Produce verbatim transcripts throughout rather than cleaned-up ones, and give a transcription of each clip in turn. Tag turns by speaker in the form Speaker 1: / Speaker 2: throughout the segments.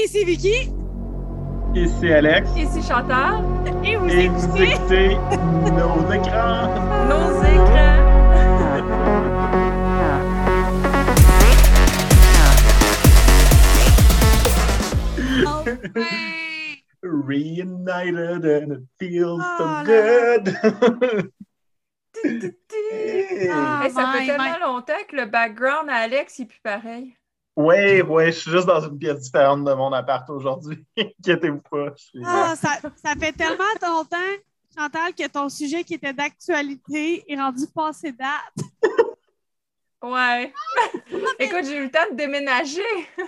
Speaker 1: ici Vicky.
Speaker 2: Ici Alex.
Speaker 3: Ici Chantal.
Speaker 1: Et vous
Speaker 2: Et vous
Speaker 1: écoutez
Speaker 2: écoutez nos écrans.
Speaker 3: Nos écrans.
Speaker 1: Enfin.
Speaker 2: Reunited and it feels
Speaker 1: Oh
Speaker 2: so
Speaker 1: là
Speaker 2: good.
Speaker 1: Ah,
Speaker 3: Hey, ça
Speaker 1: my,
Speaker 3: fait tellement
Speaker 1: my.
Speaker 3: longtemps que le background à Alex est plus pareil.
Speaker 2: Oui, oui, je suis juste dans une pièce différente de mon appart aujourd'hui. Inquiétez-vous pas. je suis-
Speaker 1: Ah, ça, ça fait tellement longtemps, Chantal, que ton sujet qui était d'actualité est rendu passé date.
Speaker 3: Ouais. Écoute, j'ai eu le temps de déménager.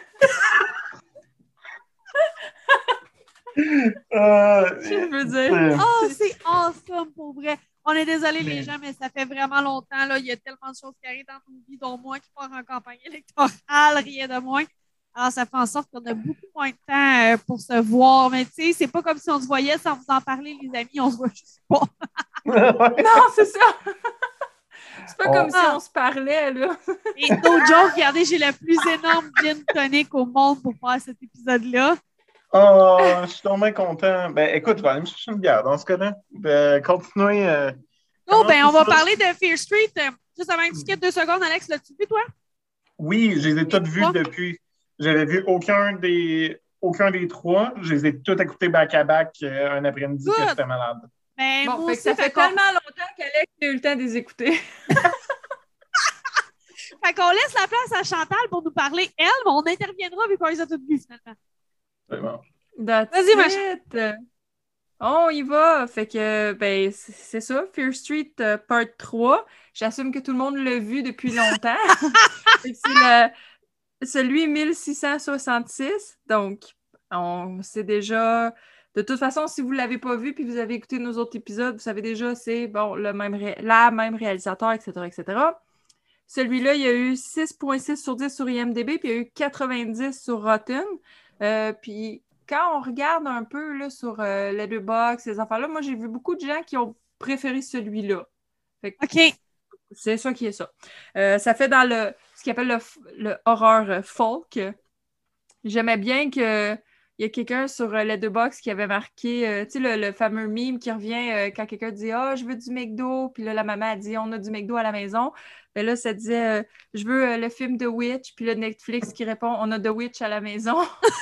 Speaker 2: Euh,
Speaker 3: Je veux dire.
Speaker 2: c'est-
Speaker 1: Oh, c'est awesome pour vrai. On est désolé les
Speaker 2: Mais-
Speaker 1: gens, mais ça fait vraiment longtemps. Là. Il y a tellement de choses qui arrivent dans nos vies, dont moi qui pars en campagne électorale, rien de moins. Alors, ça fait en sorte qu'on a beaucoup moins de temps euh, pour se voir. Mais tu sais, c'est pas comme si on se voyait sans vous en parler, les amis. On se voit juste pas.
Speaker 3: Non, c'est ça. C'est pas
Speaker 2: On-
Speaker 3: comme si
Speaker 1: Ah.
Speaker 3: on se parlait, là.
Speaker 1: Et no joke, regardez, j'ai le plus énorme gin tonic au monde pour faire cet épisode-là.
Speaker 2: Oh, je suis tellement content. Ben, écoute, je vais aller me chercher une bière dans ce cas-là. Ben, continuez. euh,
Speaker 1: Oh,
Speaker 2: comment
Speaker 1: ben,
Speaker 2: tout
Speaker 1: on va
Speaker 2: ça?
Speaker 1: parler de Fear Street. Euh, Juste avant que tu quittes deux secondes, Alex, l'as-tu vu, toi?
Speaker 2: Oui, je les ai toutes
Speaker 1: Et
Speaker 2: vues
Speaker 1: toi?
Speaker 2: depuis. J'avais vu aucun des aucun des trois. Je les ai toutes écoutées back-à-back euh, un après-midi que
Speaker 1: Good.
Speaker 2: j'étais malade.
Speaker 1: Ben,
Speaker 3: Bon,
Speaker 1: moi
Speaker 3: fait
Speaker 1: aussi,
Speaker 3: que ça fait
Speaker 1: qu'on-
Speaker 3: tellement longtemps qu'Alex a eu le temps de les écouter.
Speaker 1: Fait qu'on laisse la place à Chantal pour nous parler, elle, mais on interviendra vu qu'on les a toutes vues, finalement.
Speaker 2: C'est bon.
Speaker 3: That's
Speaker 1: Vas-y, ma
Speaker 3: it. On y va. Fait que, ben, c'est c'est ça. Fear Street euh, Part trois. J'assume que tout le monde l'a vu depuis longtemps. Fait que c'est le- celui mille six cent soixante-six. Donc, on sait déjà. De toute façon, si vous ne l'avez pas vu puis vous avez écouté nos autres épisodes, vous savez déjà, c'est bon, le même ré- la même réalisateur, et cetera, et cetera. Celui-là, il y a eu six virgule six sur dix sur I M D B, puis il y a eu quatre-vingt-dix sur Rotten. Euh, puis quand on regarde un peu là, sur euh, Letterboxd, ces affaires-là, moi, j'ai vu beaucoup de gens qui ont préféré celui-là. Fait que
Speaker 1: OK.
Speaker 3: c'est ça qui est ça. Euh, ça fait dans le ce qu'ils appelle le, f- le horreur euh, folk. J'aimais bien que il y a quelqu'un sur euh, Letterboxd qui avait marqué, euh, tu sais, le, le fameux meme qui revient euh, quand quelqu'un dit « Ah, je veux du McDo », puis là, la maman a dit « On a du McDo à la maison ». Ben là, ça disait euh, Je veux euh, le film The Witch », puis là, Netflix qui répond « On a The Witch à la maison ».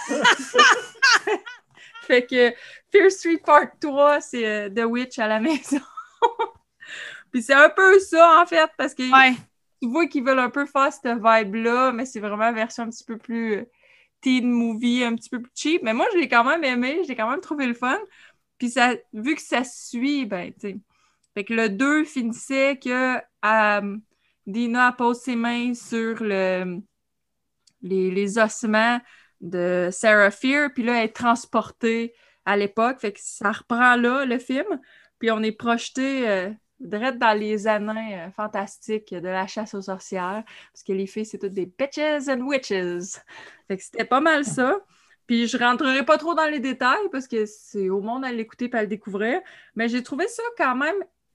Speaker 3: Fait que Fear Street Part trois, c'est euh, The Witch à la maison. Puis c'est un peu ça, en fait, parce que
Speaker 1: Ouais.
Speaker 3: tu vois qu'ils veulent un peu faire cette vibe-là, mais c'est vraiment une version un petit peu plus euh, teen movie, un petit peu plus cheap. Mais moi, je l'ai quand même aimé, je l'ai quand même trouvé le fun. Puis ça, vu que ça suit, ben, tu sais. Fait que le deux finissait que euh, Dina pose ses mains sur le, les, les ossements de Sarah Fear, puis là, elle est transportée à l'époque. Fait que ça reprend là, le film. Puis on est projeté euh, direct dans les années euh, fantastiques de la chasse aux sorcières. Parce que les filles, c'est toutes des bitches and witches. Fait que c'était pas mal ça. Puis je rentrerai pas trop dans les détails parce que c'est au monde à l'écouter et à le découvrir. Mais j'ai trouvé ça quand même.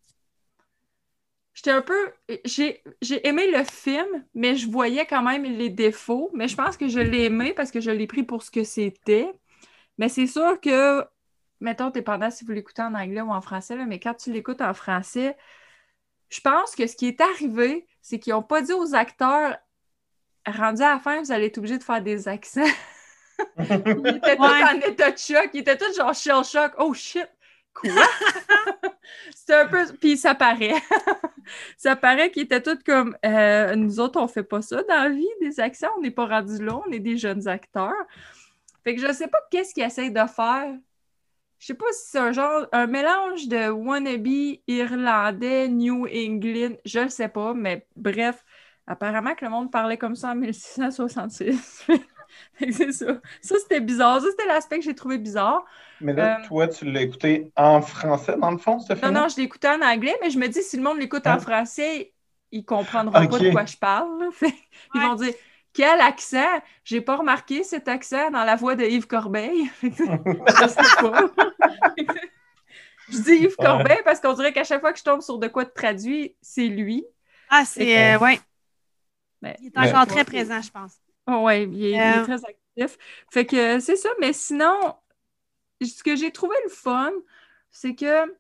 Speaker 3: J'étais un peu. J'ai, j'ai aimé le film, mais je voyais quand même les défauts. Mais je pense que je l'ai aimé parce que je l'ai pris pour ce que c'était. Mais c'est sûr que, mettons, dépendant si vous l'écoutez en anglais ou en français, là, mais quand tu l'écoutes en français, je pense que ce qui est arrivé, c'est qu'ils n'ont pas dit aux acteurs, rendu à la fin, vous allez être obligés de faire des accents. Ils étaient tous
Speaker 1: Ouais.
Speaker 3: en état de choc. Ils étaient tous genre shell shock. Oh shit! Quoi? C'était un peu. Puis ça paraît. Ça paraît qu'ils étaient tous comme euh, nous autres, on fait pas ça dans la vie, des accents. On n'est pas rendus là, on est des jeunes acteurs. Fait que je sais pas qu'est-ce qu'ils essayent de faire. Je sais pas si c'est un genre, un mélange de wannabe irlandais, New England, je le sais pas, mais bref, apparemment que le monde parlait comme ça en mille six cent soixante-six. Fait que c'est ça. Ça, c'était bizarre. Ça, c'était l'aspect que j'ai trouvé bizarre.
Speaker 2: Mais là,
Speaker 3: Euh,
Speaker 2: toi, tu l'as écouté en français, dans le fond, ce
Speaker 3: Non,
Speaker 2: film?
Speaker 3: non, je l'écoutais en anglais, mais je me dis, si le monde l'écoute en
Speaker 2: Ah.
Speaker 3: français, ils comprendront pas
Speaker 2: Ok.
Speaker 3: de quoi je parle. là. Fait- Ils
Speaker 1: Ouais.
Speaker 3: vont dire, quel accent? J'ai pas remarqué cet accent dans la voix de Yves Corbeil. Je sais pas. Je dis Yves
Speaker 2: Ouais.
Speaker 3: Corbeil parce qu'on dirait qu'à chaque fois que je tombe sur de quoi de traduit, c'est lui.
Speaker 1: Ah, c'est. Euh, ouais.
Speaker 3: Mais,
Speaker 1: Il est
Speaker 2: Mais-
Speaker 1: encore très présent, je pense.
Speaker 3: oh, ouais, il est, il est
Speaker 1: Euh,
Speaker 3: très actif. Bref. Fait que c'est ça, mais sinon, ce que j'ai trouvé le fun, c'est que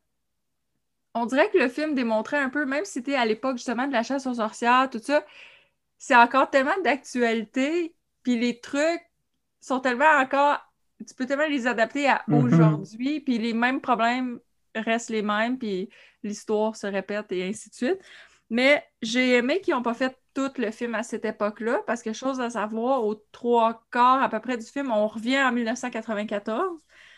Speaker 3: on dirait que le film démontrait un peu, même si c'était à l'époque justement de la chasse aux sorcières, tout ça, c'est encore tellement d'actualité, puis les trucs sont tellement encore, tu peux tellement les adapter à
Speaker 2: Mhm.
Speaker 3: aujourd'hui, puis les mêmes problèmes restent les mêmes, puis l'histoire se répète et ainsi de suite. Mais j'ai aimé qu'ils n'ont pas fait tout le film à cette époque-là, parce que chose à savoir, aux trois quarts à peu près du film, on revient en mille neuf cent quatre-vingt-quatorze.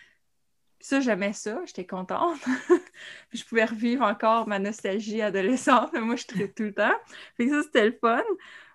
Speaker 3: Puis ça, j'aimais ça, j'étais contente. Puis je pouvais revivre encore ma nostalgie adolescente, mais moi, je tripe tout le temps. Fait que ça, c'était le fun.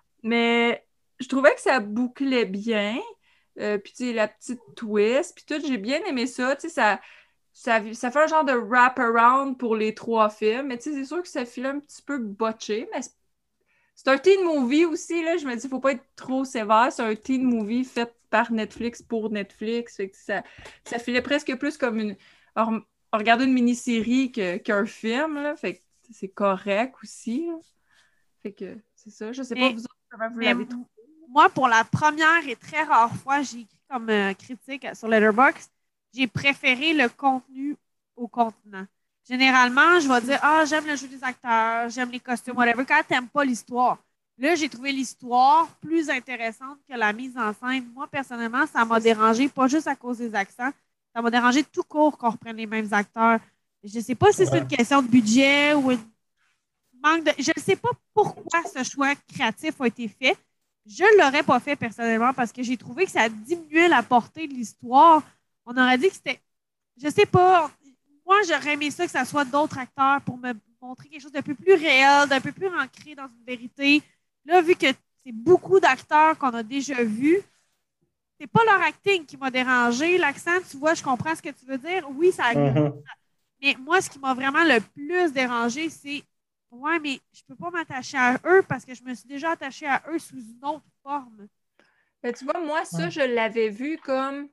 Speaker 3: Mais je trouvais que ça bouclait bien. Euh, puis tu sais, la petite twist, puis tout, j'ai bien aimé ça. Tu sais, ça, ça, ça fait un genre de wrap-around pour les trois films. Mais tu sais, c'est sûr que ça file un petit peu botché, mais c'est c'est un teen movie aussi, là. Je me dis, faut pas être trop sévère. C'est un teen movie fait par Netflix pour Netflix. Fait que ça, ça filait presque plus comme une. Alors, regarder une mini-série que- qu'un film, là. Fait que c'est correct aussi, là. Fait que c'est ça. Je sais pas,
Speaker 1: Mais,
Speaker 3: vous autres, comment vous
Speaker 1: mais
Speaker 3: l'avez trouvé.
Speaker 1: moi, pour la première et très rare fois, j'ai écrit comme euh, critique sur Letterboxd, j'ai préféré le contenu au contenant. Généralement, je vais dire, ah, j'aime le jeu des acteurs, j'aime les costumes, whatever, quand t'aimes pas l'histoire. Là, j'ai trouvé l'histoire plus intéressante que la mise en scène. Moi, personnellement, ça m'a dérangé, pas juste à cause des accents, ça m'a dérangé tout court qu'on reprenne les mêmes acteurs. Je ne sais pas si c'est
Speaker 2: Ouais.
Speaker 1: une question de budget ou une manque de. Je ne sais pas pourquoi ce choix créatif a été fait. Je ne l'aurais pas fait personnellement parce que j'ai trouvé que ça diminuait la portée de l'histoire. On aurait dit que c'était. Je sais pas. Moi, j'aurais aimé ça que ça soit d'autres acteurs pour me montrer quelque chose d'un peu plus réel, d'un peu plus ancré dans une vérité. Là, vu que c'est beaucoup d'acteurs qu'on a déjà vus, c'est pas leur acting qui m'a dérangé. L'accent, tu vois, je comprends ce que tu veux dire. Oui, ça a.
Speaker 2: Mhm.
Speaker 1: Mais moi, ce qui m'a vraiment le plus dérangé, c'est ouais, mais je peux pas m'attacher à eux parce que je me suis déjà attachée à eux sous une autre forme.
Speaker 3: Ben, tu vois, moi, ça,
Speaker 2: Ouais.
Speaker 3: je l'avais vu comme.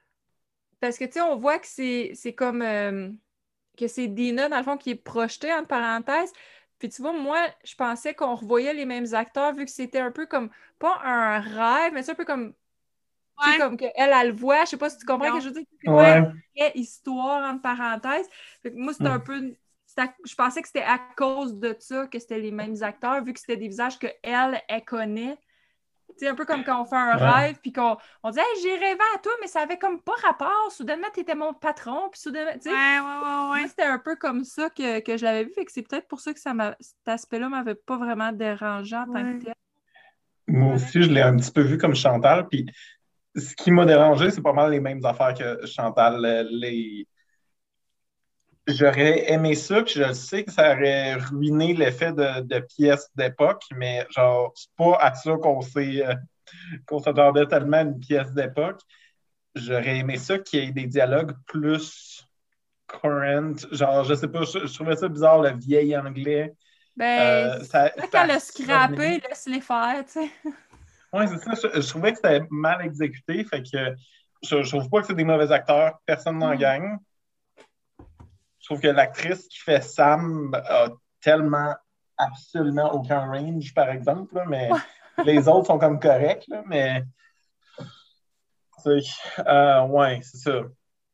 Speaker 3: Parce que, tu sais, on voit que c'est c'est comme. euh, que c'est Dina, dans le fond, qui est projetée, entre parenthèses. Puis tu vois, moi, je pensais qu'on revoyait les mêmes acteurs vu que c'était un peu comme, pas un rêve, mais c'est un peu comme, tu sais,
Speaker 1: Ouais.
Speaker 3: comme qu'elle, elle le voit. Je sais pas si tu comprends ce que
Speaker 1: Vision.
Speaker 3: je veux dire. C'est pas
Speaker 1: Ouais.
Speaker 3: une
Speaker 2: Ouais.
Speaker 3: vraie histoire, entre parenthèses. Fait que moi, c'était un peu. c'était à- Je pensais que c'était à cause de ça que c'était les mêmes acteurs, vu que c'était des visages qu'elle, elle, elle connaît. C'est un peu comme quand on fait un
Speaker 2: Ouais.
Speaker 3: rêve, puis qu'on on dit hey, j'ai rêvé à toi, mais ça avait comme pas rapport. Soudainement, tu étais mon patron, puis soudainement, tu sais.
Speaker 1: Ouais, ouais, ouais,
Speaker 3: Moi,
Speaker 1: ouais.
Speaker 3: c'était un peu comme ça que, que je l'avais vu, fait que c'est peut-être pour ça que ça m'a, cet aspect-là m'avait pas vraiment dérangé en tant que
Speaker 1: Ouais.
Speaker 3: tel.
Speaker 2: Moi
Speaker 1: Correct.
Speaker 2: aussi, je l'ai un petit peu vu comme Chantal. Puis ce qui m'a dérangé, c'est pas mal les mêmes affaires que Chantal. Euh, Les... J'aurais aimé ça, puis je sais que ça aurait ruiné l'effet de, de pièces d'époque, mais genre, c'est pas à ça qu'on s'est, euh, qu'on s'attendait tellement à une pièce d'époque. J'aurais aimé ça qu'il y ait des dialogues plus current. Genre, je sais pas, je, je trouvais ça bizarre, le vieil anglais.
Speaker 3: Ben,
Speaker 2: Euh, ça,
Speaker 3: tant qu'à
Speaker 2: ça
Speaker 3: le
Speaker 2: sonnait.
Speaker 3: scraper, laisse-les faire, tu sais.
Speaker 2: Ouais, c'est ça. Je, je trouvais que c'était mal exécuté. Fait que je, je trouve pas que c'est des mauvais acteurs. Personne n'en
Speaker 3: Hmm.
Speaker 2: gagne. Je trouve que l'actrice qui fait Sam a tellement absolument aucun range, par exemple, là, mais
Speaker 3: Ouais.
Speaker 2: les autres sont comme corrects, là, mais tu sais, euh, ouais, c'est ça.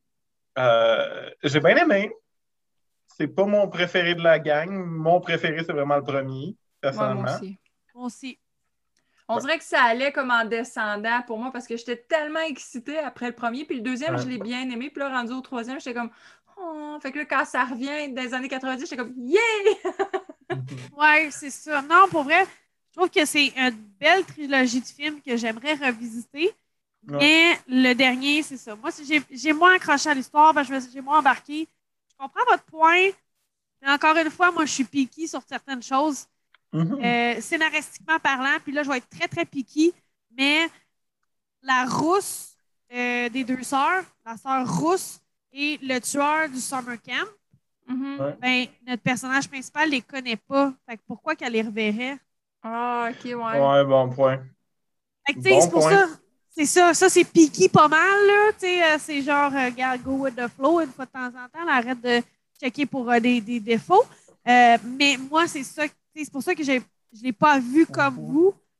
Speaker 2: Euh, j'ai bien aimé. C'est pas mon préféré de la gang. Mon préféré, c'est vraiment le premier,
Speaker 3: Ouais, moi
Speaker 2: personnellement.
Speaker 3: aussi.
Speaker 1: Moi aussi.
Speaker 3: On
Speaker 2: Ouais.
Speaker 3: dirait que ça allait comme en descendant pour moi parce que j'étais tellement excitée après le premier. Puis le deuxième, je
Speaker 2: Ouais.
Speaker 3: l'ai bien aimé. Puis là, rendu au troisième, j'étais comme. Oh. Fait que là, quand ça revient des années quatre-vingt-dix, j'étais comme yeah!
Speaker 2: Mhm.
Speaker 1: Ouais, c'est ça. Non, pour vrai, je trouve que c'est une belle trilogie de films que j'aimerais revisiter.
Speaker 2: Ouais.
Speaker 1: Mais le dernier, c'est ça. Moi, si j'ai j'ai moins accroché à l'histoire, ben, je me- j'ai moins embarqué. Je comprends votre point, mais encore une fois, moi, je suis picky sur certaines choses,
Speaker 2: Mhm.
Speaker 1: euh, scénaristiquement parlant. Puis là, je vais être très, très picky. Mais la rousse euh, des deux sœurs, la sœur rousse et le tueur du summer camp,
Speaker 3: Mhm.
Speaker 2: Ouais.
Speaker 1: ben, notre personnage principal ne les connaît pas. Fait que pourquoi qu'elle les reverrait?
Speaker 3: Ah, ok, ouais.
Speaker 2: Ouais, bon point.
Speaker 1: Fait que, tu sais,
Speaker 2: Bon
Speaker 1: c'est pour
Speaker 2: point.
Speaker 1: ça. C'est ça. Ça, c'est piqué pas mal, là. Tu sais, euh, c'est genre, euh, regarde, go with the flow une fois de temps en temps. Là, arrête de checker pour euh, des, des défauts. Euh, mais moi, c'est ça. Tu sais, c'est pour ça que j'ai, je ne l'ai pas vu comme
Speaker 2: Mhm.
Speaker 1: vous.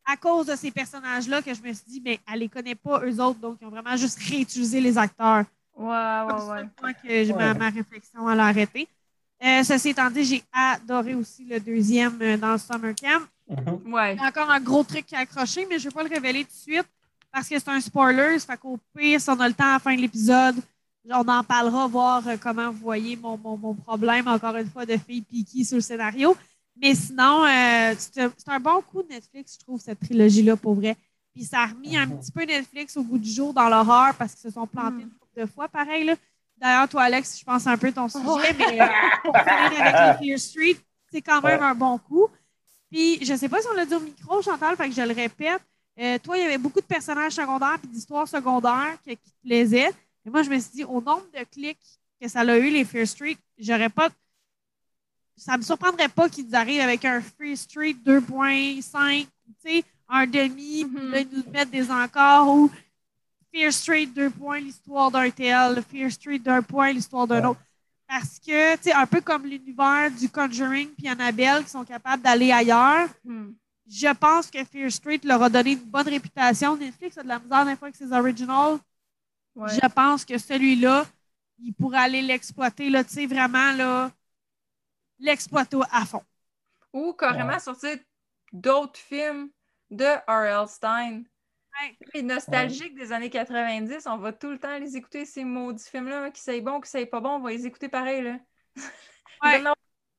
Speaker 1: à cause de ces personnages-là que je me suis dit, ben, elle les connaît pas, eux autres, donc ils ont vraiment juste réutilisé les acteurs.
Speaker 3: Ouais,
Speaker 1: C'est
Speaker 3: ouais,
Speaker 1: comme ça,
Speaker 3: ouais.
Speaker 1: moi, que j'ai- ma,
Speaker 2: Ouais.
Speaker 1: ma réflexion elle a arrêté. Euh, ceci étant dit, j'ai adoré aussi le deuxième euh, dans le Summer Camp.
Speaker 2: Mhm.
Speaker 3: Ouais.
Speaker 1: Il y a encore un gros truc qui a accroché, mais je ne vais pas le révéler tout de suite parce que c'est un spoiler. Ça fait qu'au pire, si on a le temps à la fin de l'épisode, on en parlera, voir euh, comment vous voyez mon, mon, mon problème, encore une fois, de fille piquée sur le scénario. Mais sinon, euh, c'est un, c'est un bon coup de Netflix, je trouve, cette trilogie-là, pour vrai. Puis ça a remis un
Speaker 2: Mhm.
Speaker 1: petit peu Netflix au goût du jour dans l'horreur parce qu'ils se sont plantés
Speaker 3: Mm.
Speaker 1: une couple de fois, pareil. Là. D'ailleurs, toi, Alex, je pense un peu ton sujet,
Speaker 3: Ouais.
Speaker 1: mais euh, pour finir avec les Fear Street, c'est quand même
Speaker 2: Ouais.
Speaker 1: un bon coup. Puis, je sais pas si on l'a dit au micro, Chantal, fait que je le répète. Euh, toi, il y avait beaucoup de personnages secondaires et d'histoires secondaires qui, qui te plaisaient. Et moi, je me suis dit, au nombre de clics que ça a eu, les Fear Street, j'aurais pas. Ça me surprendrait pas qu'ils arrivent avec un Fear Street deux point cinq, tu sais, un demi,
Speaker 3: Mhm.
Speaker 1: puis là, ils nous mettent des encores ou Fear Street deux points, l'histoire d'un tel, Fear Street d'un point, l'histoire d'un
Speaker 2: Ouais.
Speaker 1: autre. Parce que, tu sais, un peu comme l'univers du Conjuring puis Annabelle qui sont capables d'aller ailleurs,
Speaker 3: Mm.
Speaker 1: je pense que Fear Street leur a donné une bonne réputation. Netflix a de la misère des fois avec ses originals.
Speaker 3: Ouais.
Speaker 1: Je pense que celui-là, il pourrait aller l'exploiter, là, tu sais, vraiment, là, l'exploiter à fond.
Speaker 3: Ou carrément
Speaker 2: Ouais.
Speaker 3: sortir d'autres films de R L. Stein.
Speaker 1: Ouais.
Speaker 3: Les nostalgiques des années quatre-vingt-dix, on va tout le temps les écouter, ces maudits films-là, hein, qui c'est bon, qui c'est pas bon, on va les écouter pareil, là. Il
Speaker 1: Ouais,
Speaker 3: va en avoir-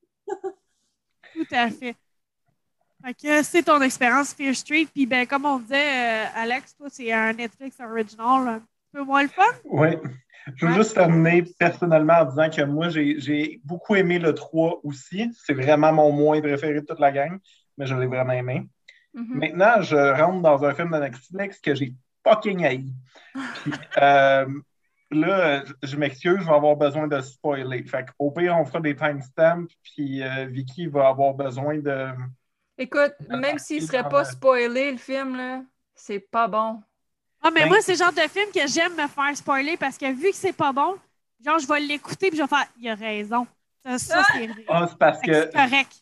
Speaker 1: tout à fait. Fait que c'est ton expérience Fear Street. Puis, ben, comme on disait, euh, Alex, toi, c'est un Netflix original un petit peu moins le fun.
Speaker 2: Oui. Je veux
Speaker 3: Ouais.
Speaker 2: juste terminer personnellement en disant que moi, j'ai j'ai beaucoup aimé le trois aussi. C'est vraiment mon moins préféré de toute la gang, mais je l'ai vraiment aimé.
Speaker 3: Mhm.
Speaker 2: Maintenant, je rentre dans un film de Netflix que j'ai fucking haï. Puis euh, là, je m'excuse, je vais avoir besoin de spoiler. Fait qu'au pire, on fera des timestamps, puis euh, Vicky va avoir besoin de.
Speaker 3: Écoute, même s'il serait
Speaker 2: dans
Speaker 3: pas
Speaker 2: le-
Speaker 3: spoilé, le film, là, c'est pas bon.
Speaker 1: Ah, mais
Speaker 2: Ben,
Speaker 1: moi, c'est le genre de film que j'aime me faire spoiler parce que vu que c'est pas bon, genre, je vais l'écouter puis je vais faire, il a raison. Ça, ça c'est vrai.
Speaker 2: ah, c'est parce
Speaker 1: Fait que c'est
Speaker 2: que
Speaker 1: correct.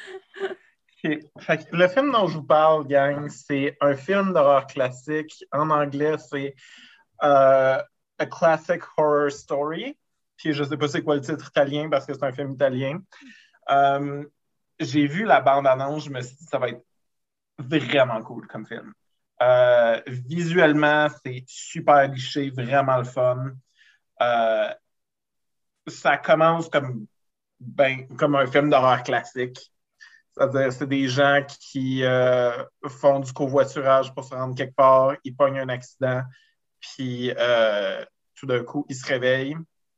Speaker 2: Ok. Fait que le film dont je vous parle, gang, c'est un film d'horreur classique. En anglais, c'est euh, A Classic Horror Story. Puis je sais pas c'est quoi le titre italien parce que c'est un film italien. Euh, j'ai vu la bande-annonce, je me suis dit ça va être vraiment cool comme film. Euh, visuellement, c'est super liché, vraiment le fun. Euh, ça commence comme, ben, comme un film d'horreur classique. C'est-à-dire, c'est des gens qui euh, font du covoiturage pour se rendre quelque part, ils pognent un accident, puis euh, tout d'un coup, ils se réveillent.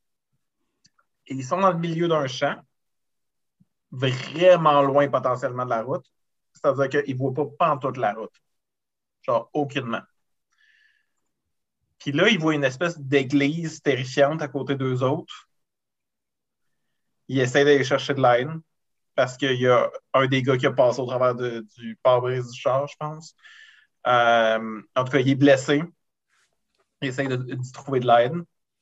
Speaker 2: Et ils sont dans le milieu d'un champ, vraiment loin potentiellement de la route. C'est-à-dire qu'ils ne voient pas pantoute la route. Genre, aucunement. Puis là, ils voient une espèce d'église terrifiante à côté d'eux autres. Ils essaient d'aller chercher de l'aide parce qu'il y a un des gars qui a passé au travers de- du pare-brise du char, je pense. Euh, en tout cas, il est blessé. Il essaie de, d'y trouver de l'aide.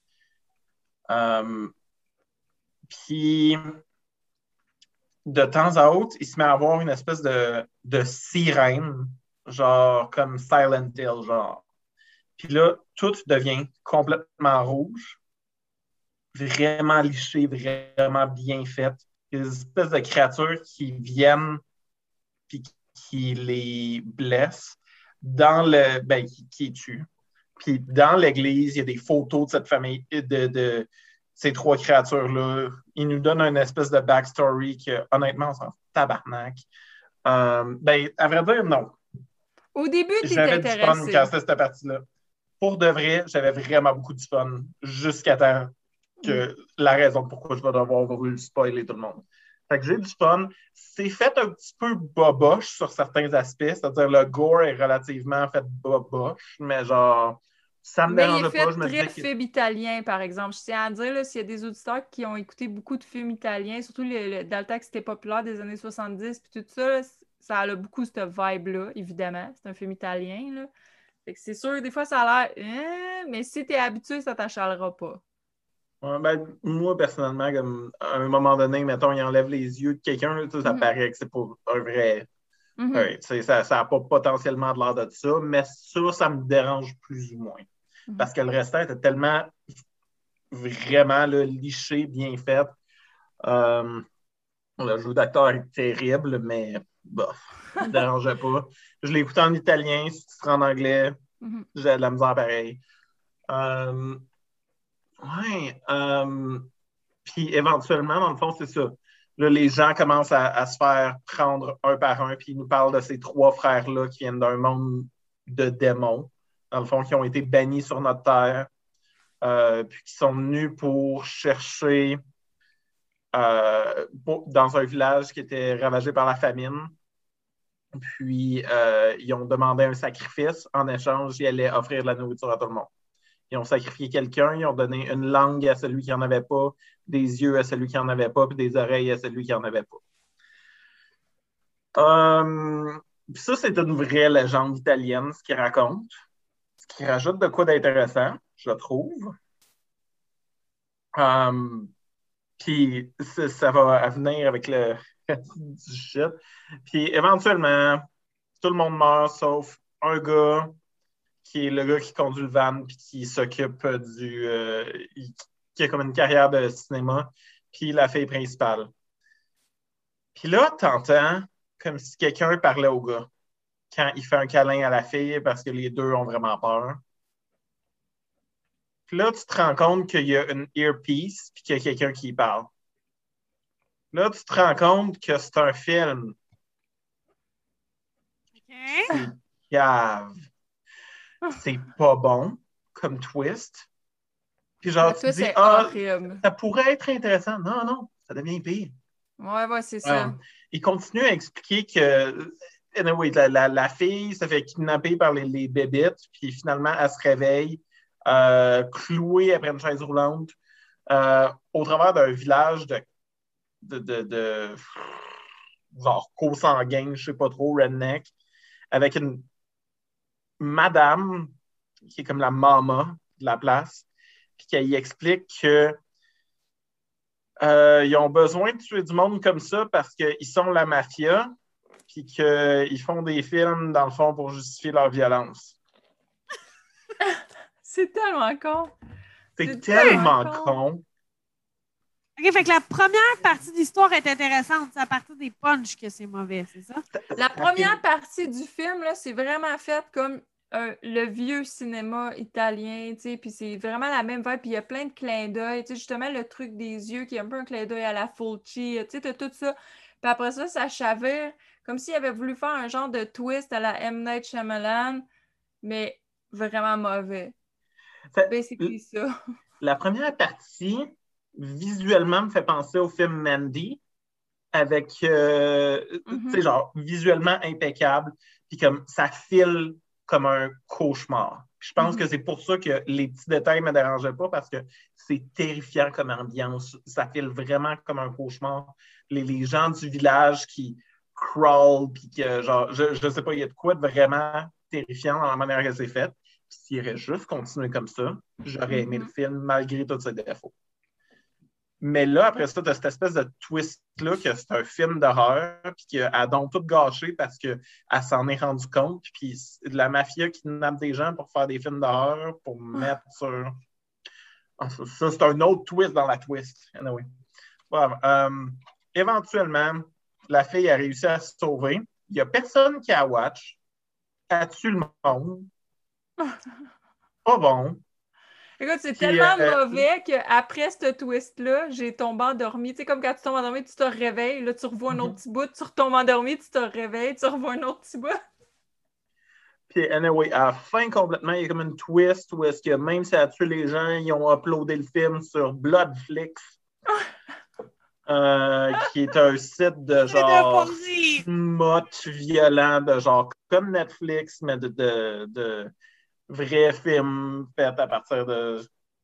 Speaker 2: Euh, puis, de temps à autre, il se met à avoir une espèce de, de sirène, genre comme Silent Hill, genre. Puis là, tout devient complètement rouge, vraiment liché, vraiment bien fait. Il y a des espèces de créatures qui viennent puis qui les blessent dans le. Ben, qui, qui tuent. Puis dans l'église, il y a des photos de cette famille, de, de ces trois créatures-là. Ils nous donnent une espèce de backstory que, honnêtement, on s'en fout tabarnak. Euh, ben, à vrai dire, non.
Speaker 3: Au début, tu es
Speaker 2: J'avais du fun quand
Speaker 3: intéressé.
Speaker 2: c'était cette partie-là. Pour de vrai, j'avais vraiment beaucoup de fun jusqu'à temps que la raison pourquoi je vais devoir voulu spoiler tout le monde. Fait que j'ai du fun. C'est fait un petit peu boboche sur certains aspects, c'est-à-dire le gore est relativement fait boboche, mais genre, ça me
Speaker 3: Mais il est
Speaker 2: dérangeait
Speaker 3: fait
Speaker 2: pas. Je me
Speaker 3: très
Speaker 2: disais que.
Speaker 3: film italien, par exemple. Je tiens à dire, là, s'il y a des auditeurs qui ont écouté beaucoup de films italiens, surtout le, le- dans le temps que c'était populaire des années soixante-dix, puis tout ça, là, c- ça a beaucoup cette vibe-là, évidemment. C'est un film italien, là. Fait que c'est sûr, des fois, ça a l'air... hein, mais si t'es habitué, ça t'achalera pas.
Speaker 2: Ouais, ben, moi, personnellement, comme à un moment donné, mettons, il enlève les yeux de quelqu'un, là, ça, ça
Speaker 3: Mhm.
Speaker 2: paraît que c'est pas un vrai,
Speaker 3: Mhm.
Speaker 2: Ouais, tu sais, ça n'a pas potentiellement de l'air de ça, mais ça, ça me dérange plus ou moins.
Speaker 3: Mhm.
Speaker 2: Parce que le restant était tellement vraiment là, liché, bien fait. Euh, le jeu d'acteur est terrible, mais bof, ça me dérangeait pas. Je l'ai écouté en italien, sous-titré en anglais.
Speaker 3: Mhm.
Speaker 2: J'ai de la misère pareil. Euh, ouais. Euh, puis éventuellement, dans le fond, c'est ça. Là, les gens commencent à, à se faire prendre un par un, puis ils nous parlent de ces trois frères-là qui viennent d'un monde de démons, dans le fond, qui ont été bannis sur notre terre, euh, puis qui sont venus pour chercher euh, pour- dans un village qui était ravagé par la famine. Puis, euh, ils ont demandé un sacrifice. En échange, ils allaient offrir de la nourriture à tout le monde. Ils ont sacrifié quelqu'un, ils ont donné une langue à celui qui n'en avait pas, des yeux à celui qui n'en avait pas, puis des oreilles à celui qui n'en avait pas. Euh, puis ça, c'est une vraie légende italienne, ce qu'il raconte. Ce qui rajoute de quoi d'intéressant, je trouve. Euh, puis ça, ça va venir avec le reste du shit. Puis éventuellement, tout le monde meurt sauf un gars qui est le gars qui conduit le van puis qui s'occupe du. Euh, qui a comme une carrière de cinéma, puis la fille principale. Puis là, t'entends comme si quelqu'un parlait au gars quand il fait un câlin à la fille parce que les deux ont vraiment peur. Puis là, tu te rends compte qu'il y a une earpiece puis qu'il y a quelqu'un qui y parle. Là, tu te rends compte que c'est un film.
Speaker 1: OK?
Speaker 2: C'est cave. C'est pas bon comme twist. Puis genre,
Speaker 3: Le
Speaker 2: tu te
Speaker 3: twist
Speaker 2: dis,
Speaker 3: est
Speaker 2: ah,
Speaker 3: horrible.
Speaker 2: ça pourrait être intéressant. Non, non, ça devient pire.
Speaker 3: Ouais, ouais, c'est
Speaker 2: Euh,
Speaker 3: ça.
Speaker 2: il continue à expliquer que anyway, la, la, la fille se fait kidnapper par les, les bébites, puis finalement, elle se réveille euh, clouée après une chaise roulante euh, au travers d'un village de, de, de, de genre co-sanguin, je sais pas trop, redneck, avec une madame qui est comme la mama de la place, puis qui y explique que euh, ils ont besoin de tuer du monde comme ça parce qu'ils sont la mafia, puis qu'ils font des films, dans le fond, pour justifier leur violence.
Speaker 3: C'est tellement con.
Speaker 2: C'est
Speaker 3: C'est
Speaker 2: tellement
Speaker 3: tellement con.
Speaker 2: con.
Speaker 1: OK, fait que la première partie de l'histoire est intéressante. C'est à partir des punchs que c'est mauvais, c'est ça?
Speaker 3: La première partie du film, là, c'est vraiment fait comme euh, le vieux cinéma italien, tu sais, puis c'est vraiment la même vibe, puis il y a plein de clins d'œil, tu sais, justement, le truc des yeux qui est un peu un clin d'œil à la Fulci, tu sais, t'as tout ça. Puis après ça, ça chavire, comme s'il avait voulu faire un genre de twist à la M. Night Shyamalan, mais vraiment mauvais.
Speaker 2: Ça-
Speaker 3: Basically ça.
Speaker 2: La première partie, visuellement, me fait penser au film Mandy, avec, euh, tu sais,
Speaker 3: Mhm.
Speaker 2: genre, visuellement impeccable, puis comme ça file comme un cauchemar. Puis je pense
Speaker 3: Mhm.
Speaker 2: que c'est pour ça que les petits détails ne me dérangeaient pas, parce que c'est terrifiant comme ambiance. Ça file vraiment comme un cauchemar. Les, les gens du village qui crawl, puis que, genre, je, je sais pas, il y a de quoi de vraiment terrifiant dans la manière que c'est fait. Puis s'il aurait juste continué comme ça, j'aurais aimé le
Speaker 3: Mhm.
Speaker 2: film malgré tous ses défauts. Mais là, après ça, tu as cette espèce de twist-là que c'est un film d'horreur, puis qu'elle a donc tout gâché parce qu'elle s'en est rendue compte, puis c'est de la mafia qui kidnappe des gens pour faire des films d'horreur, pour mettre sur. Ah, ça, ça, c'est un autre twist dans la twist. Anyway. Voilà. Euh, éventuellement, la fille a réussi à se sauver. Il n'y a personne qui a watch. Elle tue le monde. Pas bon.
Speaker 3: Écoute, c'est
Speaker 2: Puis,
Speaker 3: tellement
Speaker 2: euh,
Speaker 3: mauvais qu'après ce twist-là, j'ai tombé endormi. Tu sais, comme quand tu tombes endormi, tu te réveilles, là, tu revois un autre petit bout, tu retombes endormi, tu te réveilles, tu revois un autre petit bout.
Speaker 2: Puis, anyway, à la fin, complètement, il y a comme une twist où est-ce que même si elle a tué les gens, ils ont uploadé le film sur Bloodflix, euh, qui est un site de
Speaker 1: C'est de pas
Speaker 2: genre
Speaker 1: rire.
Speaker 2: smut violent, de genre comme Netflix, mais de, de, de vrais films faits à partir de.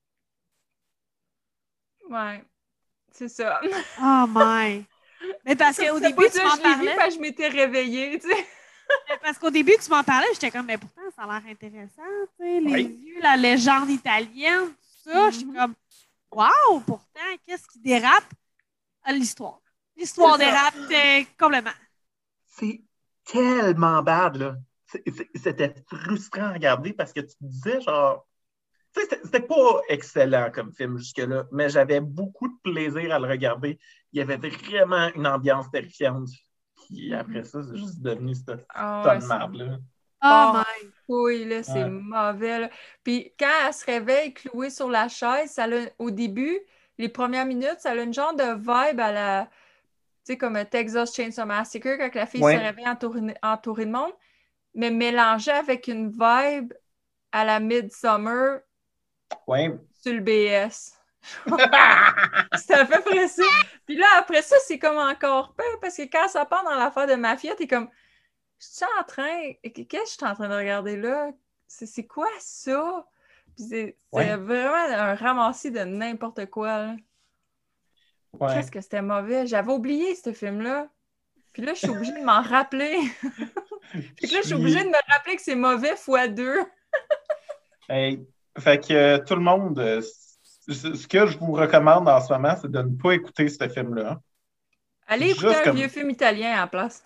Speaker 3: Ouais, c'est ça.
Speaker 1: Oh my! Mais parce
Speaker 3: Comme
Speaker 1: qu'au
Speaker 3: ça,
Speaker 1: début,
Speaker 3: pas
Speaker 1: tu
Speaker 3: ça,
Speaker 1: m'en
Speaker 3: je l'ai vu
Speaker 1: parlais.
Speaker 3: parce que je m'étais réveillée, tu sais.
Speaker 1: Mais parce qu'au début, tu m'en parlais, j'étais comme, mais pourtant, ça a l'air intéressant, tu sais, les
Speaker 2: Oui.
Speaker 1: yeux, la légende italienne, tout ça. Je suis
Speaker 3: Mhm.
Speaker 1: comme, waouh, pourtant, qu'est-ce qui dérape? Ah, l'histoire. L'histoire
Speaker 3: C'est ça.
Speaker 1: dérape euh, complètement.
Speaker 2: C'est tellement bad, là. C'est- c'est- C'était frustrant à regarder parce que tu te disais, genre... Tu sais, c'était c'était pas excellent comme film jusque-là, mais j'avais beaucoup de plaisir à le regarder. Il y avait vraiment une ambiance terrifiante. Puis après ça, c'est juste devenu cette
Speaker 3: Ah
Speaker 2: tonne
Speaker 3: ouais,
Speaker 2: de
Speaker 3: c'est
Speaker 2: marde, là.
Speaker 1: Oh
Speaker 3: bon.
Speaker 1: my.
Speaker 3: Oui, là, c'est
Speaker 2: Ouais.
Speaker 3: mauvais, là. Puis quand elle se réveille clouée sur la chaise, ça l'a- au début, les premières minutes, ça a une genre de vibe à la... Tu sais, comme un Texas Chainsaw Massacre, quand la fille se
Speaker 2: Ouais.
Speaker 3: réveille entourée, entourée de monde, mais mélangée avec une vibe à la Midsummer
Speaker 2: Ouais.
Speaker 3: sur le B S. C'est à peu près ça. Puis là, après ça, c'est comme encore pire, parce que quand ça part dans l'affaire de mafia, t'es comme, je suis en train, qu'est-ce que je suis en train de regarder là? C'est c'est quoi ça? Puis c'est c'est
Speaker 2: Ouais.
Speaker 3: vraiment un ramassis de n'importe quoi, là.
Speaker 2: Ouais.
Speaker 3: Qu'est-ce que c'était mauvais? J'avais oublié ce film-là. Puis là, je suis obligée de m'en rappeler. Fait que là, je suis obligée de me rappeler que c'est mauvais fois deux.
Speaker 2: Hey, fait que euh, tout le monde, euh, c- ce que je vous recommande en ce moment, c'est de ne pas écouter ce film-là.
Speaker 3: Allez écouter
Speaker 2: Juste
Speaker 3: un
Speaker 2: comme.
Speaker 3: vieux film italien à la place.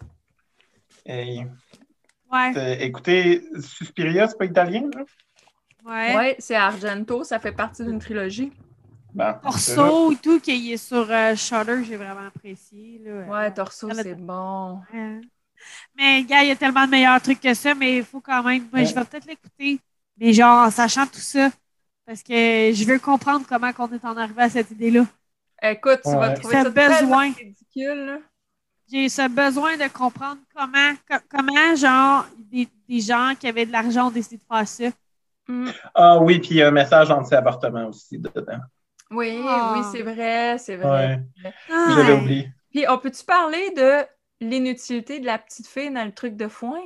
Speaker 2: Hey,
Speaker 1: Ouais.
Speaker 2: euh, écoutez, Suspiria, c'est pas italien, là?
Speaker 1: Ouais.
Speaker 3: Ouais, c'est Argento, ça fait partie d'une trilogie.
Speaker 2: Bon, c'est ça.
Speaker 1: Torso et tout, qui est sur euh, Shudder, j'ai vraiment apprécié. Là.
Speaker 3: Ouais, Torso,
Speaker 1: Elle a-
Speaker 3: c'est bon.
Speaker 1: Ouais. Mais, gars, il y a tellement de meilleurs trucs que ça, mais il faut quand même. Moi, je
Speaker 2: Ouais.
Speaker 1: vais peut-être l'écouter, mais genre en sachant tout ça, parce que je veux comprendre comment on est en arrivé à cette idée-là.
Speaker 3: Écoute, tu vas
Speaker 2: Ouais.
Speaker 3: trouver
Speaker 1: Ce
Speaker 3: ça tellement
Speaker 1: besoin.
Speaker 3: ridicule, là.
Speaker 1: J'ai ce besoin de comprendre comment, co- comment genre, des, des gens qui avaient de l'argent ont décidé de faire ça.
Speaker 3: Mm.
Speaker 2: Ah oui, puis il y a un message anti-avortement aussi dedans.
Speaker 3: Oui,
Speaker 1: Ah.
Speaker 3: oui, c'est vrai, c'est vrai.
Speaker 2: Ouais,
Speaker 1: Ah,
Speaker 2: j'avais
Speaker 1: ouais.
Speaker 2: oublié.
Speaker 3: Puis, on peut-tu parler de l'inutilité de la petite fille dans le truc de foin?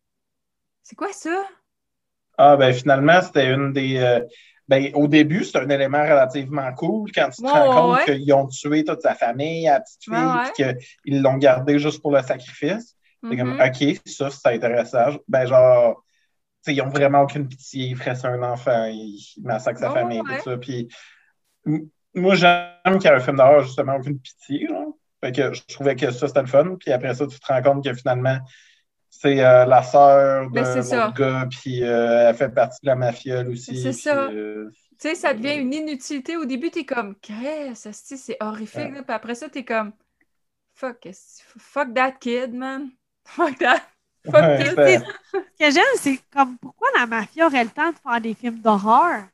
Speaker 3: C'est quoi ça?
Speaker 2: Ah, ben finalement, c'était une des. euh, ben, au début, c'est un élément relativement cool quand tu te
Speaker 3: Ouais,
Speaker 2: rends
Speaker 3: ouais,
Speaker 2: compte
Speaker 3: ouais.
Speaker 2: qu'ils ont tué toute sa famille, la petite fille,
Speaker 3: Ouais, ouais.
Speaker 2: puis qu'ils l'ont gardée juste pour le sacrifice. C'est comme,
Speaker 3: Mhm.
Speaker 2: OK, ça, c'est intéressant. Ben, genre, tu sais, ils ont vraiment aucune pitié. Ils feraient ça à un enfant, ils, ils massacrent sa
Speaker 3: Ouais, ouais,
Speaker 2: famille, tout
Speaker 3: ouais.
Speaker 2: ça. Puis, m- moi, j'aime qu'il y ait un film d'horreur, justement, aucune pitié, là. Fait que je trouvais que ça, c'était le fun. Puis après ça, tu te rends compte que finalement, c'est euh, la sœur de
Speaker 3: Ben, c'est ça.
Speaker 2: l'autre gars, puis euh, elle fait partie de la mafia elle aussi.
Speaker 3: C'est
Speaker 2: Puis,
Speaker 3: ça.
Speaker 2: euh,
Speaker 3: Tu sais, ça devient une inutilité. Au début, t'es comme, qu'est-ce que c'est c'est horrifique.
Speaker 2: Ouais.
Speaker 3: Là. Puis après ça, t'es comme, fuck, est-ce- fuck that kid, man. Fuck that. Fuck
Speaker 2: ouais,
Speaker 3: this.
Speaker 2: c'était-
Speaker 1: Ce que j'aime, c'est comme pourquoi la mafia aurait le temps de faire des films d'horreur?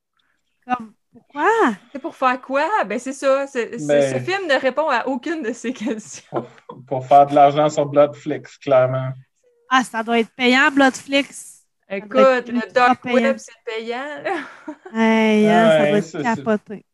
Speaker 1: Comme pourquoi?
Speaker 3: C'est pour faire quoi? Ben, c'est ça. C'est- c'est-
Speaker 2: Ben-
Speaker 3: Ce film ne répond à aucune de ces questions.
Speaker 2: pour, pour faire de l'argent sur Bloodflix, clairement.
Speaker 1: Ah, ça doit être payant, Bloodflix.
Speaker 3: Écoute,
Speaker 1: doit être
Speaker 3: le
Speaker 1: ultra
Speaker 3: dark
Speaker 1: payant.
Speaker 3: web, c'est payant. Là.
Speaker 1: Hey, hein, ça
Speaker 2: Ouais,
Speaker 1: doit être
Speaker 2: c'est-
Speaker 1: capoté.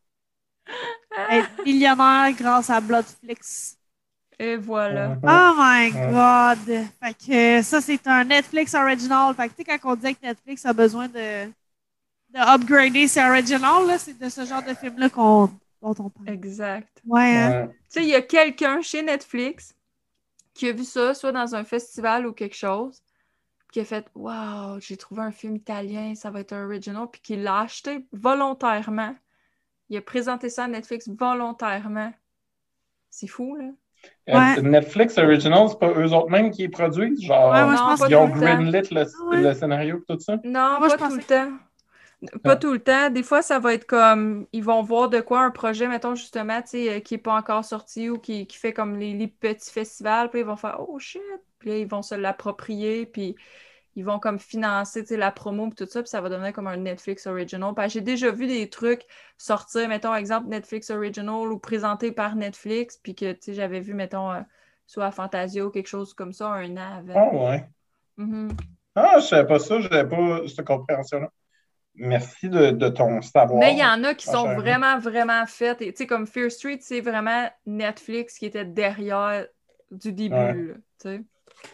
Speaker 1: Être millionnaire grâce à Bloodflix.
Speaker 3: Et voilà.
Speaker 2: Mhm.
Speaker 1: Oh my
Speaker 2: Ouais.
Speaker 1: God! Fait que ça, c'est un Netflix original. Fait que tu sais, quand on disait que Netflix a besoin de, de upgrader ses originals, là, c'est de ce genre de film-là qu'on, dont on parle.
Speaker 3: Exact.
Speaker 1: Ouais, hein?
Speaker 2: Ouais.
Speaker 3: Tu sais, il y a quelqu'un chez Netflix qui a vu ça, soit dans un festival ou quelque chose, qui a fait « Wow, j'ai trouvé un film italien, ça va être un original », puis qui l'a acheté volontairement. Il a présenté ça à Netflix volontairement. C'est fou, là.
Speaker 2: Euh,
Speaker 1: Ouais.
Speaker 2: Netflix Original, c'est pas eux autres mêmes qui produisent? Genre,
Speaker 1: Ouais, moi, je
Speaker 3: Non,
Speaker 1: pense
Speaker 3: pas
Speaker 2: ils ont
Speaker 3: tout le temps.
Speaker 2: greenlit le,
Speaker 1: Ah ouais.
Speaker 2: le scénario et tout ça?
Speaker 3: Non,
Speaker 1: Moi, je
Speaker 3: pas tout
Speaker 1: pensais
Speaker 3: le
Speaker 1: que-
Speaker 3: temps. Pas
Speaker 2: Ah.
Speaker 3: tout le temps. Des fois, ça va être comme... Ils vont voir de quoi un projet, mettons, justement, tu sais, euh, qui n'est pas encore sorti ou qui, qui fait comme les, les petits festivals. Puis ils vont faire « Oh, shit! » Puis là, ils vont se l'approprier, puis ils vont comme financer, tu sais, la promo et tout ça, puis ça va devenir comme un Netflix Original. Puis j'ai déjà vu des trucs sortir, mettons, exemple, Netflix Original ou présenté par Netflix, puis que, tu sais, j'avais vu, mettons, euh, soit à Fantasia ou quelque chose comme ça, un an avant.
Speaker 2: Ah, ouais.
Speaker 3: Mhm.
Speaker 2: Ah, je savais pas ça, je n'avais pas cette compréhension-là. Merci de, de ton savoir.
Speaker 3: Mais il y en a qui
Speaker 2: ma
Speaker 3: sont
Speaker 2: chère.
Speaker 3: vraiment, vraiment faites. Et, tu sais, comme Fear Street, c'est vraiment Netflix qui était derrière du début,
Speaker 2: Ouais.
Speaker 3: là, tu sais.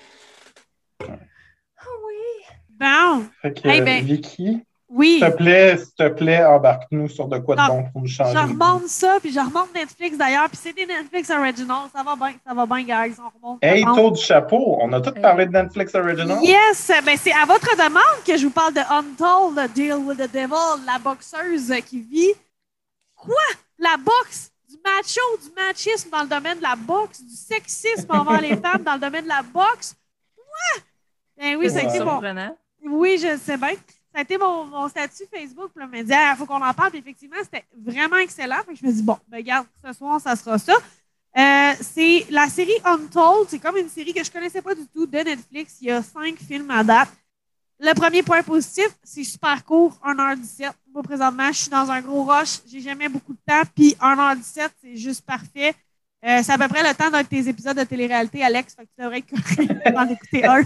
Speaker 3: Ah oui!
Speaker 1: Bon,
Speaker 2: Fait que,
Speaker 1: Eh ben,
Speaker 2: Vicky,
Speaker 1: oui.
Speaker 2: s'il te plaît, s'il te plaît, embarque-nous sur de quoi de
Speaker 1: Non,
Speaker 2: bon pour nous changer.
Speaker 1: Je
Speaker 2: les
Speaker 1: remonte ça, puis je remonte Netflix d'ailleurs, puis c'est des Netflix originals. Ça va bien, ça va bien, guys. On remonte.
Speaker 2: Hey,
Speaker 1: on remonte.
Speaker 2: tour du chapeau, on a tous
Speaker 3: Hey.
Speaker 2: parlé de Netflix Original.
Speaker 1: Yes! Ben c'est à votre demande que je vous parle de Untold, Deal with the Devil, la boxeuse qui vit. Quoi? La boxe? Du macho, du machisme dans le domaine de la boxe, du sexisme envers les femmes dans le domaine de la boxe, quoi? Ben oui, ça a
Speaker 2: Ouais.
Speaker 1: été mon...
Speaker 3: surprenant.
Speaker 1: Oui, je sais bien. Ça a été mon, mon statut Facebook. Puis là, on m'a dit, il faut qu'on en parle. Puis effectivement, c'était vraiment excellent. Fait que je me dis, bon, ben, regarde, ce soir, ça sera ça. Euh, c'est la série Untold. C'est comme une série que je connaissais pas du tout de Netflix. Il y a cinq films à date. Le premier point positif, c'est super court, une heure dix-sept. Moi, présentement, je suis dans un gros rush. J'ai jamais beaucoup de temps. Puis une heure dix-sept, c'est juste parfait. Euh, c'est à peu près le temps d'un de tes épisodes de télé-réalité, Alex. Fait que tu devrais être correct d'en écouter un.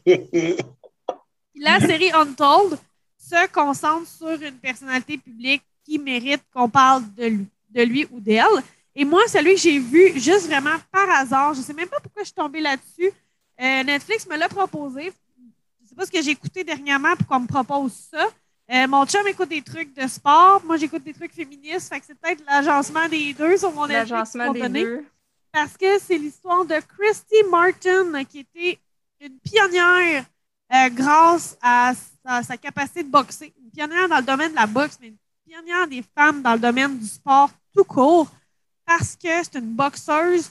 Speaker 1: La série Untold se concentre sur une personnalité publique qui mérite qu'on parle de lui, de lui ou d'elle. Et moi, celui que j'ai vu juste vraiment par hasard, je ne sais même pas pourquoi je suis tombée là-dessus. Euh, Netflix me l'a proposé. Je ne sais pas ce que j'ai écouté dernièrement pour qu'on me propose ça. Euh, mon chum écoute des trucs de sport. Moi, j'écoute des trucs féministes. Fait que c'est peut-être l'agencement des deux sur mon Netflix.
Speaker 3: L'agencement des deux.
Speaker 1: Parce que c'est l'histoire de Christy Martin, qui était une pionnière euh, grâce à sa, sa capacité de boxer. Une pionnière dans le domaine de la boxe, mais une pionnière des femmes dans le domaine du sport tout court. Parce que c'est une boxeuse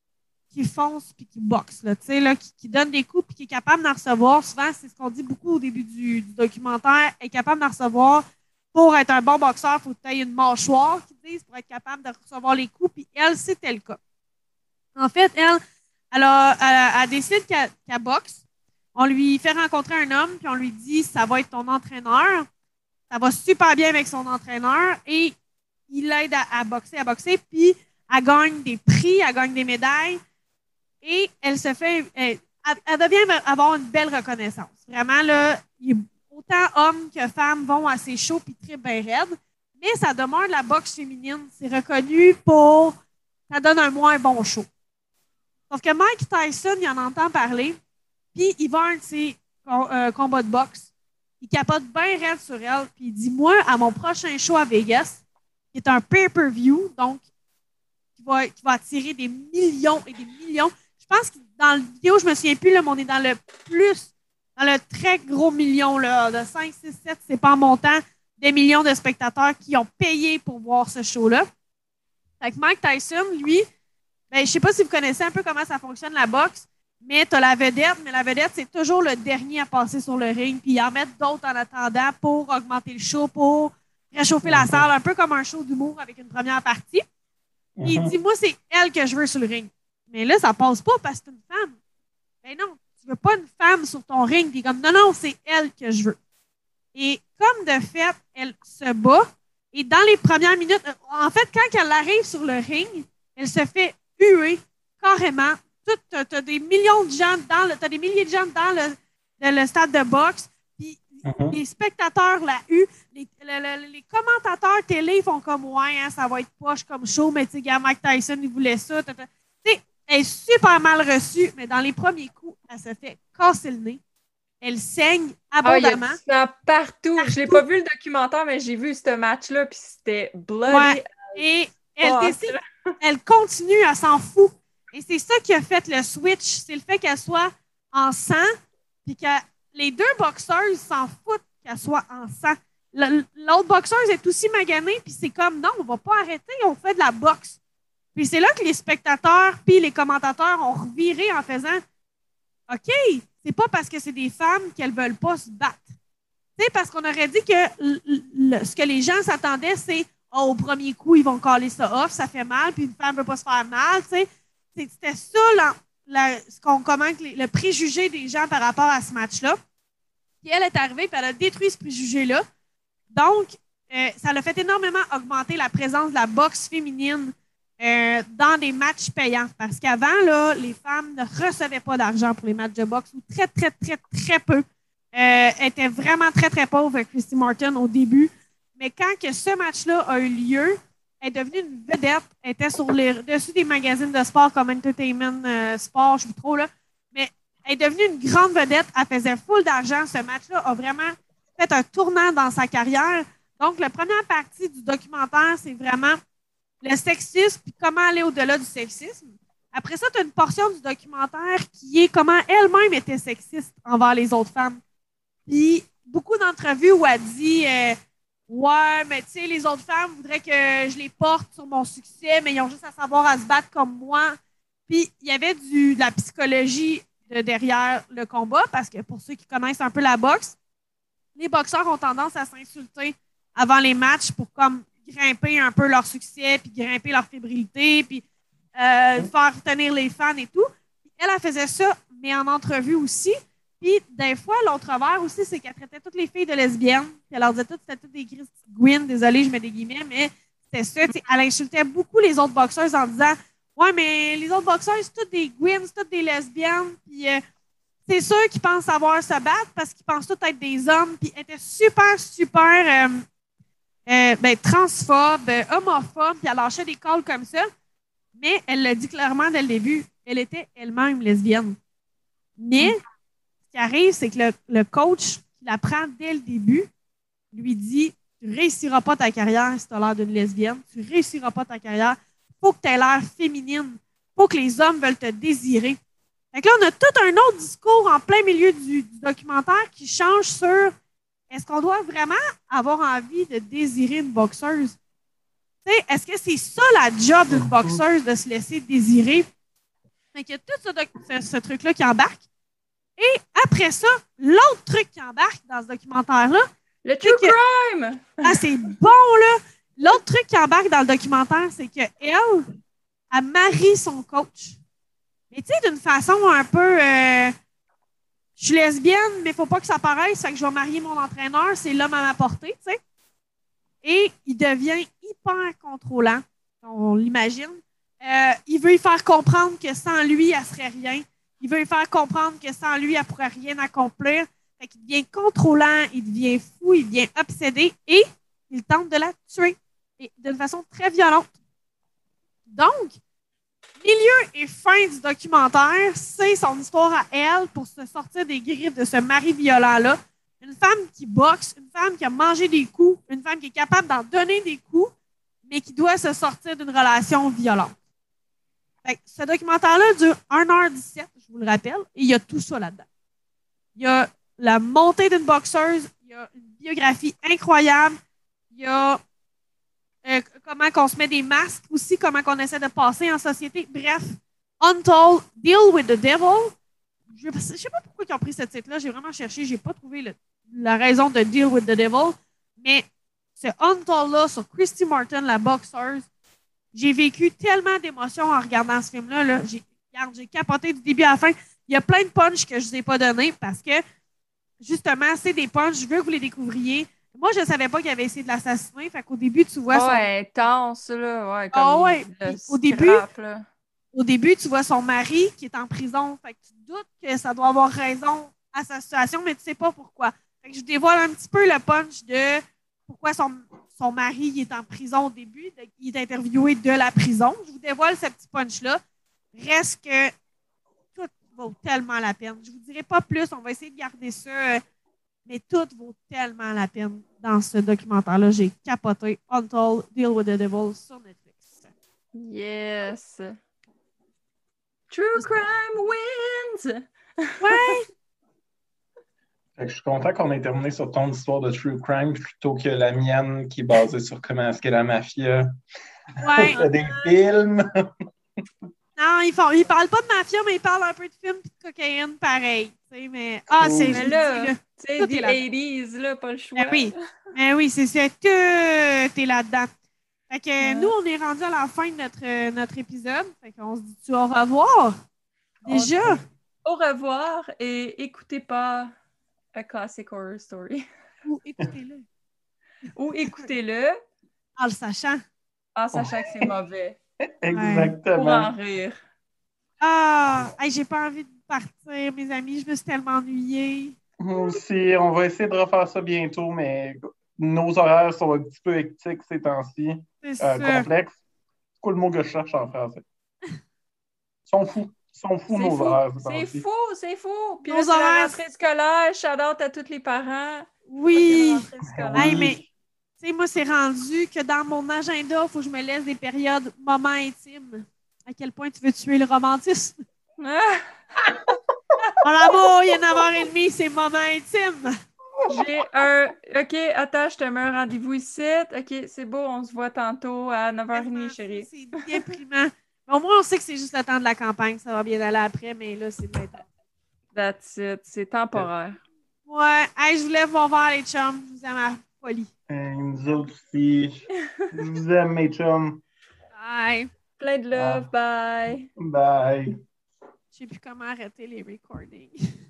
Speaker 1: qui fonce puis qui boxe, là, là, qui, qui donne des coups puis qui est capable d'en recevoir. Souvent, c'est ce qu'on dit beaucoup au début du, du documentaire, est capable d'en recevoir. Pour être un bon boxeur, il faut que tu aies une mâchoire, qu'ils disent, pour être capable de recevoir les coups. Puis elle, c'était le cas. En fait, elle, elle, a, elle, elle décide qu'elle, qu'elle boxe. On lui fait rencontrer un homme, puis on lui dit, ça va être ton entraîneur. Ça va super bien avec son entraîneur. Et il l'aide à, à boxer, à boxer. Puis elle gagne des prix, elle gagne des médailles. Et elle se fait, elle, elle devient avoir une belle reconnaissance. Vraiment, là, il y a autant hommes que femmes vont à ses shows puis très bien raides. Mais ça demeure de la boxe féminine. C'est reconnu pour, ça donne un moins bon show. Sauf que Mike Tyson, il en entend parler, puis il va à un de ses euh, combats de boxe. Il capote bien raide sur elle, puis il dit, moi, à mon prochain show à Vegas, qui est un pay-per-view, donc qui va, qui va attirer des millions et des millions. Je pense que dans la vidéo, je me souviens plus, là, mais on est dans le plus, dans le très gros million, là, de cinq, six, sept, c'est pas en montant, des millions de spectateurs qui ont payé pour voir ce show-là. Fait que Mike Tyson, lui, ben, je ne sais pas si vous connaissez un peu comment ça fonctionne la boxe, mais tu as la vedette, mais la vedette, c'est toujours le dernier à passer sur le ring, puis en mettre d'autres en attendant pour augmenter le show, pour réchauffer la salle, un peu comme un show d'humour avec une première partie. Puis il dit, moi, c'est elle que je veux sur le ring. Mais là, ça passe pas parce que c'est une femme. Ben non, tu veux pas une femme sur ton ring. Puis comme, non, non, c'est elle que je veux. Et comme de fait, elle se bat. Et dans les premières minutes, en fait, quand elle arrive sur le ring, elle se fait huer carrément. Tu as des millions de gens dans le, t'as des milliers de gens dans le, le, le stade de boxe. Puis uh-huh. Les spectateurs la huent. Les, le, le, les commentateurs télé font comme, ouais, hein, ça va être poche comme show, mais tu sais, Mike Tyson, il voulait ça. Tu sais, elle est super mal reçue, mais dans les premiers coups, elle se fait casser le nez. Elle saigne abondamment.
Speaker 3: Ah, il y a du partout. partout. Je n'ai pas vu le documentaire, mais j'ai vu ce match-là, puis c'était bloody. Ouais.
Speaker 1: Et elle décide, elle continue, elle s'en fout. Et c'est ça qui a fait le switch. C'est le fait qu'elle soit en sang, puis que les deux boxeuses s'en foutent qu'elle soit en sang. L'autre boxeuse est aussi maganée, puis c'est comme, non, on va pas arrêter, on fait de la boxe. Puis c'est là que les spectateurs puis les commentateurs ont reviré en faisant OK, c'est pas parce que c'est des femmes qu'elles veulent pas se battre. Tu sais, parce qu'on aurait dit que le, le, ce que les gens s'attendaient, c'est oh, au premier coup, ils vont caler ça off, ça fait mal, puis une femme veut pas se faire mal. Tu sais. C'était ça la, la, ce qu'on commente, le préjugé des gens par rapport à ce match-là. Puis elle est arrivée, puis elle a détruit ce préjugé-là. Donc, euh, ça l'a fait énormément augmenter la présence de la boxe féminine Euh, dans des matchs payants. Parce qu'avant, là, les femmes ne recevaient pas d'argent pour les matchs de boxe, ou très, très, très, très peu. Euh, étaient vraiment très, très pauvre, Christy Martin, au début. Mais quand que ce match-là a eu lieu, elle est devenue une vedette. Elle était sur les dessus des magazines de sport comme Entertainment euh, Sport, je ne sais plus trop, là. Mais elle est devenue une grande vedette. Elle faisait full d'argent. Ce match-là a vraiment fait un tournant dans sa carrière. Donc, la première partie du documentaire, c'est vraiment le sexisme, puis comment aller au-delà du sexisme. Après ça, tu as une portion du documentaire qui est comment elle-même était sexiste envers les autres femmes. Puis, beaucoup d'entrevues où elle dit euh, ouais, mais tu sais, les autres femmes voudraient que je les porte sur mon succès, mais ils ont juste à savoir à se battre comme moi. Puis, il y avait du, de la psychologie de derrière le combat, parce que pour ceux qui connaissent un peu la boxe, les boxeurs ont tendance à s'insulter avant les matchs pour comme grimper un peu leur succès, puis grimper leur fébrilité, puis euh, faire tenir les fans et tout. Elle, elle faisait ça, mais en entrevue aussi. Puis, des fois, l'autre revers aussi, c'est qu'elle traitait toutes les filles de lesbiennes. Puis elle leur disait toutes, c'était toutes des grises petites gouines. Désolée, je mets des guillemets, mais c'était ça. T'sais, elle insultait beaucoup les autres boxeuses en disant « Ouais, mais les autres boxeurs, c'est toutes des gouines, c'est toutes des lesbiennes. » Puis, euh, c'est sûr qu'ils pensent savoir se battre parce qu'ils pensent tous être des hommes. Puis, elle était super, super euh, euh, ben, transphobe, euh, homophobe. Puis, elle lâchait des calls comme ça. Mais elle l'a dit clairement dès le début. Elle était elle-même lesbienne. Mais... Ce qui arrive, c'est que le, le coach qui la prend dès le début lui dit « Tu ne réussiras pas ta carrière si tu as l'air d'une lesbienne. Tu ne réussiras pas ta carrière. Il faut que tu aies l'air féminine. Il faut que les hommes veulent te désirer. » Fait que là, on a tout un autre discours en plein milieu du, du documentaire qui change sur est-ce qu'on doit vraiment avoir envie de désirer une boxeuse? T'sais, est-ce que c'est ça la job d'une boxeuse de se laisser désirer? Fait qu'il y a tout ce, doc- ce, ce truc-là qui embarque. Et après ça, l'autre truc qui embarque dans ce documentaire-là...
Speaker 3: Le true
Speaker 1: que,
Speaker 3: crime!
Speaker 1: Ah, c'est bon, là! L'autre truc qui embarque dans le documentaire, c'est qu'elle, elle marie son coach. Mais tu sais, d'une façon un peu... Euh, je suis lesbienne, mais il ne faut pas que ça paraisse, fait que je vais marier mon entraîneur, c'est l'homme à ma portée, tu sais. Et il devient hyper contrôlant, on l'imagine. Euh, il veut lui faire comprendre que sans lui, elle ne serait rien. Il veut lui faire comprendre que sans lui, elle ne pourrait rien accomplir. Fait qu'il devient contrôlant, il devient fou, il devient obsédé et il tente de la tuer et d'une façon très violente. Donc, milieu et fin du documentaire, c'est son histoire à elle pour se sortir des griffes de ce mari violent-là. Une femme qui boxe, une femme qui a mangé des coups, une femme qui est capable d'en donner des coups, mais qui doit se sortir d'une relation violente. Fait que ce documentaire-là dure une heure dix-sept, je vous le rappelle, et il y a tout ça là-dedans. Il y a la montée d'une boxeuse, il y a une biographie incroyable, il y a euh, comment qu'on se met des masques aussi, comment qu'on essaie de passer en société. Bref, Untold, Deal with the Devil. Je ne sais pas pourquoi ils ont pris ce titre-là, j'ai vraiment cherché, je n'ai pas trouvé le, la raison de Deal with the Devil, mais ce Untold-là sur Christy Martin, la boxeuse, j'ai vécu tellement d'émotions en regardant ce film-là. Là. J'ai, regarde, j'ai capoté du début à la fin. Il y a plein de punchs que je ne vous ai pas donnés parce que, justement, c'est des punchs. Je veux que vous les découvriez. Moi, je ne savais pas qu'il avait essayé de l'assassiner. Fait qu'au début, tu vois...
Speaker 3: Oh,
Speaker 1: son...
Speaker 3: intense, là. Ouais, comme
Speaker 1: ah ouais. Au début,
Speaker 3: là.
Speaker 1: au début, tu vois son mari qui est en prison. Fait que tu doutes que ça doit avoir raison à sa situation, mais tu ne sais pas pourquoi. Fait que je dévoile un petit peu le punch de pourquoi son... Son mari il est en prison au début. Il est interviewé de la prison. Je vous dévoile ce petit punch-là. Reste que tout vaut tellement la peine. Je ne vous dirai pas plus. On va essayer de garder ça. Mais tout vaut tellement la peine dans ce documentaire-là. J'ai capoté Untold, Deal with the Devil sur Netflix.
Speaker 3: Yes. True crime wins!
Speaker 1: Ouais!
Speaker 2: Fait que je suis content qu'on ait terminé sur ton histoire de true crime plutôt que la mienne qui est basée sur comment est-ce que la mafia
Speaker 1: Ouais.
Speaker 2: fait des films.
Speaker 1: Non, ils font, ils parlent pas de mafia, mais ils parlent un peu de films et de cocaïne, pareil. Mais, ah, c'est
Speaker 3: Mais là, tu sais,
Speaker 1: tout
Speaker 3: des
Speaker 1: est là-dedans.
Speaker 3: eighties, là, pas le choix.
Speaker 1: Ben oui, ben oui, c'est ça. Tout est là-dedans. Fait que
Speaker 3: Ouais.
Speaker 1: nous, on est rendu à la fin de notre, notre épisode. Fait qu'on se dit au revoir. Déjà.
Speaker 3: Au revoir et écoutez pas A Classic Horror Story.
Speaker 1: Ou écoutez-le.
Speaker 3: Ou écoutez-le
Speaker 1: En le sachant.
Speaker 3: en sachant que c'est mauvais. Pour
Speaker 2: Exactement.
Speaker 3: en rire.
Speaker 1: Ah, hey, j'ai pas envie de partir, mes amis. Je me suis tellement ennuyée.
Speaker 2: Moi aussi, on va essayer de refaire ça bientôt, mais nos horaires sont un petit peu hectiques ces temps-ci.
Speaker 1: C'est
Speaker 2: Euh,
Speaker 1: ça.
Speaker 2: complexe. C'est quoi le mot que je cherche en français? Ils sont fous. Ils sont fous,
Speaker 3: C'est
Speaker 2: nos
Speaker 3: fou,
Speaker 2: horaires. ces
Speaker 3: c'est
Speaker 2: temps-ci.
Speaker 3: fou, c'est fou. Puis là,
Speaker 1: Nos
Speaker 3: c'est la
Speaker 1: horaires-
Speaker 3: rentrée scolaire. Shout-out à tous les parents.
Speaker 1: Oui.
Speaker 3: Fait que la rentrée scolaire.
Speaker 1: Hey, mais, tu sais, moi, c'est rendu que dans mon agenda, il faut que je me laisse des périodes moments intimes. À quel point tu veux tuer le romantisme?
Speaker 3: Ah,
Speaker 1: Mon amour, il y a neuf heures trente, c'est moment intime.
Speaker 3: j'ai un... OK, attends, je te mets un rendez-vous ici. OK, c'est beau, on se voit tantôt à neuf heures trente, chérie.
Speaker 1: C'est déprimant. Mais au moins, on sait que c'est juste le temps de la campagne. Ça va bien aller après, mais là, c'est maintenant.
Speaker 3: That's it. C'est temporaire.
Speaker 1: Ouais. Hey, je voulais vous voir, les chums. Je vous aime à folie.
Speaker 2: Hey, nous autres aussi. Je vous aime, mes chums.
Speaker 1: Bye.
Speaker 3: Plein de love. Bye.
Speaker 2: Bye.
Speaker 1: Je sais plus comment arrêter les recordings.